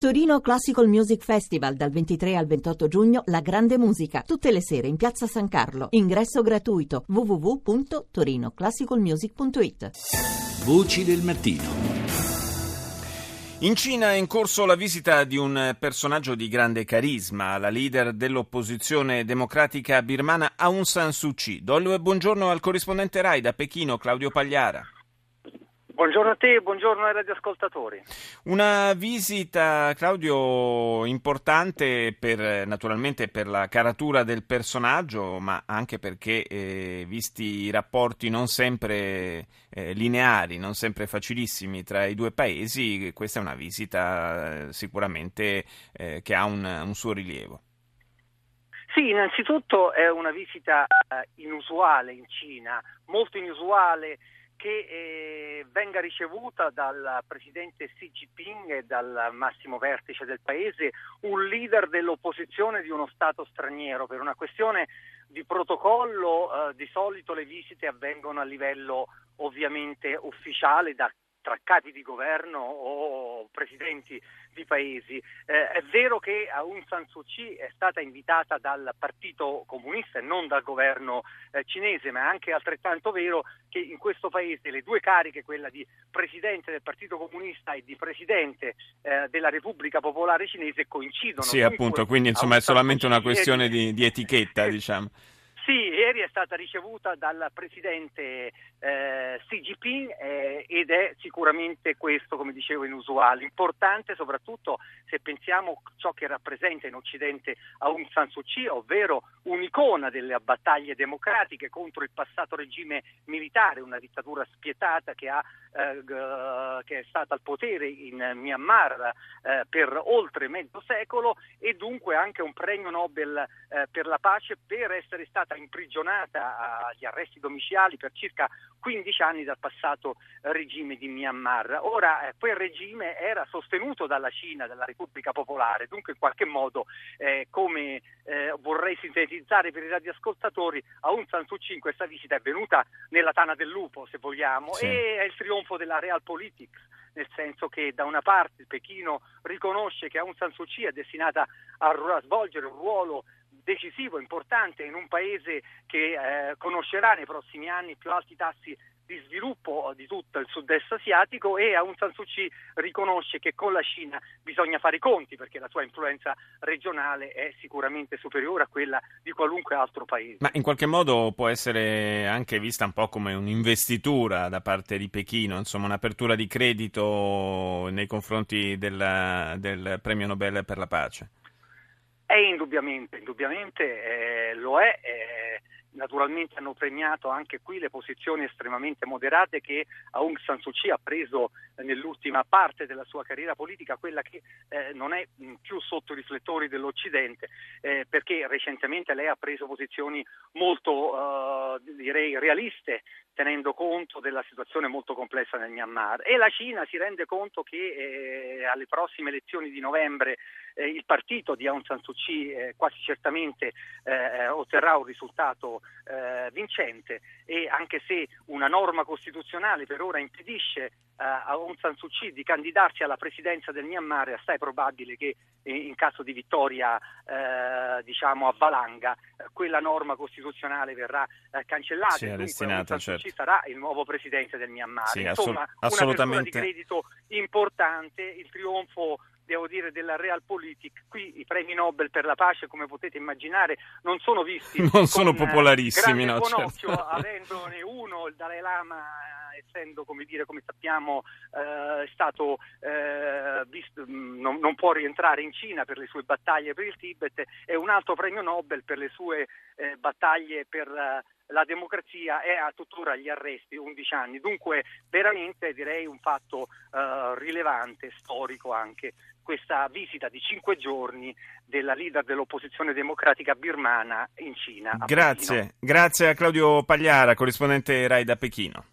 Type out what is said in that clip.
Torino Classical Music Festival dal 23 al 28 giugno, la grande musica, tutte le sere in Piazza San Carlo. Ingresso gratuito. www.torinoclassicalmusic.it. Voci del mattino. In Cina è in corso la visita di un personaggio di grande carisma, la leader dell'opposizione democratica birmana Aung San Suu Kyi. Do il buongiorno al corrispondente Rai da Pechino, Claudio Pagliara. Buongiorno a te e buongiorno ai radioascoltatori. Una visita, Claudio, importante naturalmente per la caratura del personaggio, ma anche perché, visti i rapporti non sempre lineari, non sempre facilissimi tra i due paesi, questa è una visita sicuramente che ha un suo rilievo. Sì, innanzitutto è una visita inusuale in Cina, molto inusuale, che venga ricevuta dal presidente Xi Jinping e dal massimo vertice del paese un leader dell'opposizione di uno Stato straniero. Per una questione di protocollo, di solito le visite avvengono a livello ovviamente ufficiale tra capi di governo o presidenti di paesi. È vero che Aung San Suu Kyi è stata invitata dal Partito Comunista e non dal governo cinese, ma è anche altrettanto vero che in questo paese le due cariche, quella di presidente del Partito Comunista e di presidente della Repubblica Popolare Cinese, coincidono. Sì, appunto, quindi insomma è solamente una questione di etichetta, diciamo. Sì, ieri è stata ricevuta dal presidente Xi Jinping ed è sicuramente questo, come dicevo, inusuale. Importante soprattutto se pensiamo a ciò che rappresenta in Occidente Aung San Suu Kyi, ovvero un'icona delle battaglie democratiche contro il passato regime militare, una dittatura spietata che è stata al potere in Myanmar per oltre mezzo secolo, e dunque anche un premio Nobel per la pace per essere stata imprigionata agli arresti domiciliari per circa 15 anni dal passato regime di Myanmar. Ora quel regime era sostenuto dalla Cina, dalla Repubblica Popolare, dunque in qualche modo come vorrei sintetizzare per i radioascoltatori, Aung San Suu Kyi in questa visita è venuta nella tana del lupo, se vogliamo, sì. E è il trionfo della Realpolitik, nel senso che da una parte Pechino riconosce che Aung San Suu Kyi è destinata a svolgere un ruolo decisivo, importante in un paese che conoscerà nei prossimi anni i più alti tassi di sviluppo di tutto il sud-est asiatico, e Aung San Suu Kyi riconosce che con la Cina bisogna fare i conti perché la sua influenza regionale è sicuramente superiore a quella di qualunque altro paese. Ma in qualche modo può essere anche vista un po' come un'investitura da parte di Pechino, insomma un'apertura di credito nei confronti del premio Nobel per la pace? Indubbiamente lo è. Naturalmente hanno premiato anche qui le posizioni estremamente moderate che Aung San Suu Kyi ha preso nell'ultima parte della sua carriera politica, quella che non è più sotto i riflettori dell'Occidente, perché recentemente lei ha preso posizioni molto direi realiste, tenendo conto della situazione molto complessa nel Myanmar, e la Cina si rende conto che alle prossime elezioni di novembre il partito di Aung San Suu Kyi quasi certamente otterrà un risultato vincente, e anche se una norma costituzionale per ora impedisce a Aung San Suu Kyi di candidarsi alla presidenza del Myanmar, è assai probabile che in caso di vittoria a valanga quella norma costituzionale verrà cancellata, sì, e dunque destinata, Aung San Suu Kyi certo. sarà il nuovo presidente del Myanmar. Sì, Insomma, assolutamente. un'apertura di credito importante, il trionfo, devo dire, della Realpolitik. Qui i premi Nobel per la pace, come potete immaginare, non sono visti non sono popolarissimi, grande no, buon certo. occhio, avendone uno, il Dalai Lama, essendo, come sappiamo, è stato visto, non può rientrare in Cina per le sue battaglie per il Tibet, e un altro premio Nobel per le sue battaglie per la democrazia è a tuttora agli arresti, 11 anni. Dunque veramente direi un fatto rilevante, storico anche, questa visita di 5 giorni della leader dell'opposizione democratica birmana in Cina. Grazie a Claudio Pagliara, corrispondente Rai da Pechino.